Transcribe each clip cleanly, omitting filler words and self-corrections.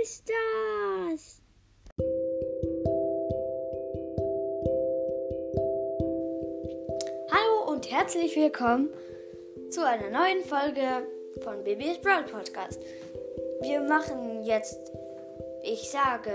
ist das? Hallo und herzlich willkommen zu einer neuen Folge von Bibis Brawl Podcast. Wir machen jetzt, ich sage,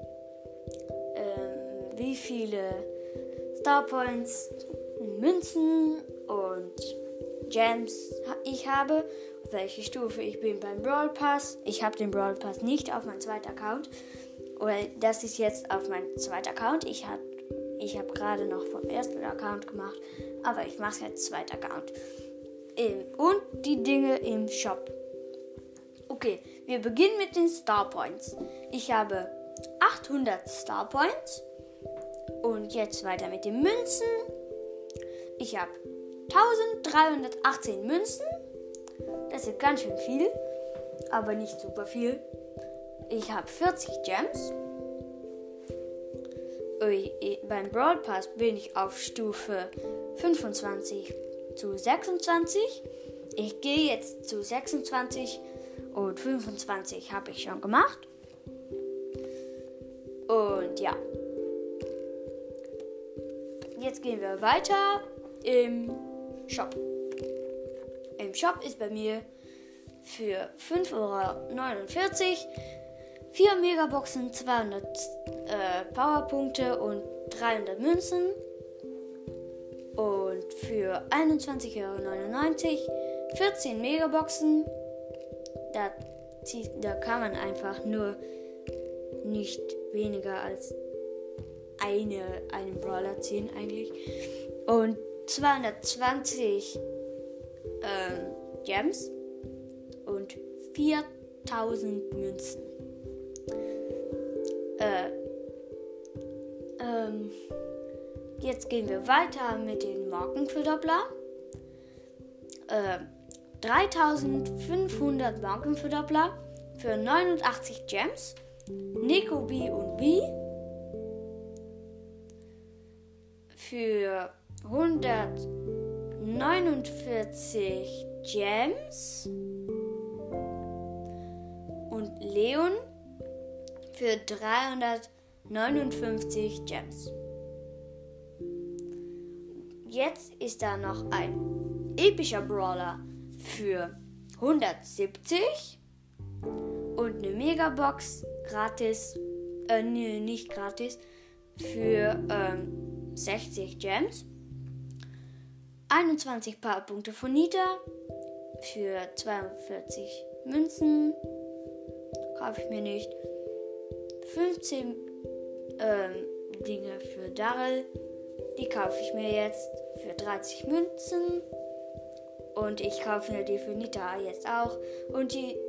wie viele Star Points, Münzen und Gems ich habe, welche Stufe ich bin beim Brawl Pass. Ich habe den Brawl Pass nicht auf meinem zweiten Account. Oder das ist jetzt auf meinem zweiten Account. Ich habe gerade noch vom ersten Account gemacht, aber ich mache jetzt zweiten Account. Und die Dinge im Shop. Okay, wir beginnen mit den Star Points. Ich habe 800 Star Points. Und jetzt weiter mit den Münzen. Ich habe 1318 Münzen. Das ist ganz schön viel, aber nicht super viel. Ich habe 40 Gems. Beim Brawl Pass bin ich auf Stufe 25 zu 26. Ich gehe jetzt zu 26 und 25 habe ich schon gemacht. Und ja. Jetzt gehen wir weiter im Shop. Im Shop ist bei mir für 5,49 € 4 Megaboxen, 200 Powerpunkte und 300 Münzen. Und für 21,99 € 14 Megaboxen. Da kann man einfach nur nicht weniger als einen Brawler ziehen eigentlich. Und 220 Gems und 4000 Münzen. Jetzt gehen wir weiter mit den Markenverdoppler. 3500 Markenverdoppler für 89 Gems. Nico B und B für 149 Gems und Leon für 359 Gems. Jetzt ist da noch ein epischer Brawler für 170 und eine Megabox gratis, nicht gratis, für 60 Gems. 21 Powerpunkte von Nita für 42 Münzen. Kaufe ich mir nicht. 15 Dinge für Darryl. Die kaufe ich mir jetzt für 30 Münzen. Und ich kaufe mir die für Nita jetzt auch. Und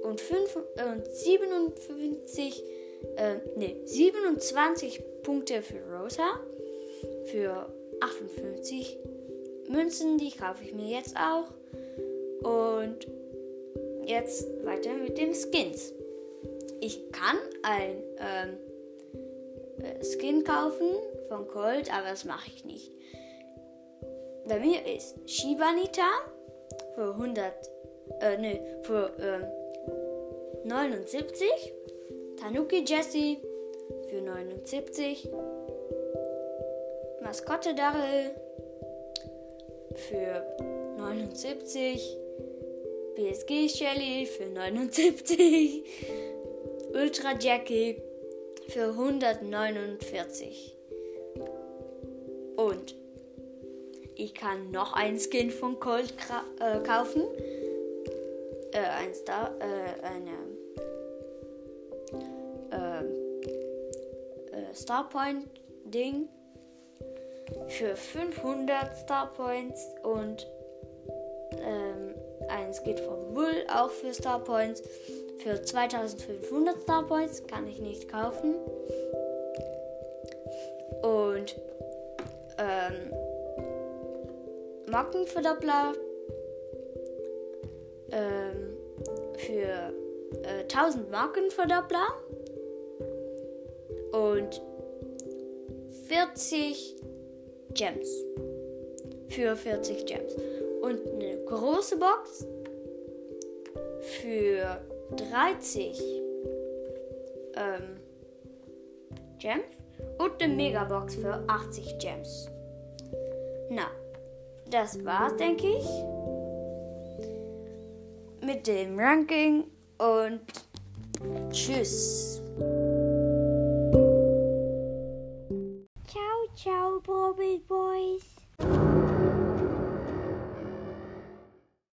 27 Punkte für Rosa. Für 58 Münzen, die kaufe ich mir jetzt auch. Und jetzt weiter mit den Skins. Ich kann ein Skin kaufen von Colt, aber das mache ich nicht. Bei mir ist Shibanita für 79, Tanuki Jessie für 79, Maskotte Darryl für 79, PSG Shelly für 79, Ultra Jackie für 149. Und ich kann noch einen Skin von Colt kaufen. Star Point Ding für 500 Star Points und ein Skin von Bull auch für Star Points für 2500 Star Points, kann ich nicht kaufen. Und Markenverdoppler für 1000 Markenverdoppler und 40 Gems. Für 40 Gems. Und eine große Box für 30 Gems und eine Megabox für 80 Gems. Na, das war's, denke ich, mit dem Ranking und tschüss.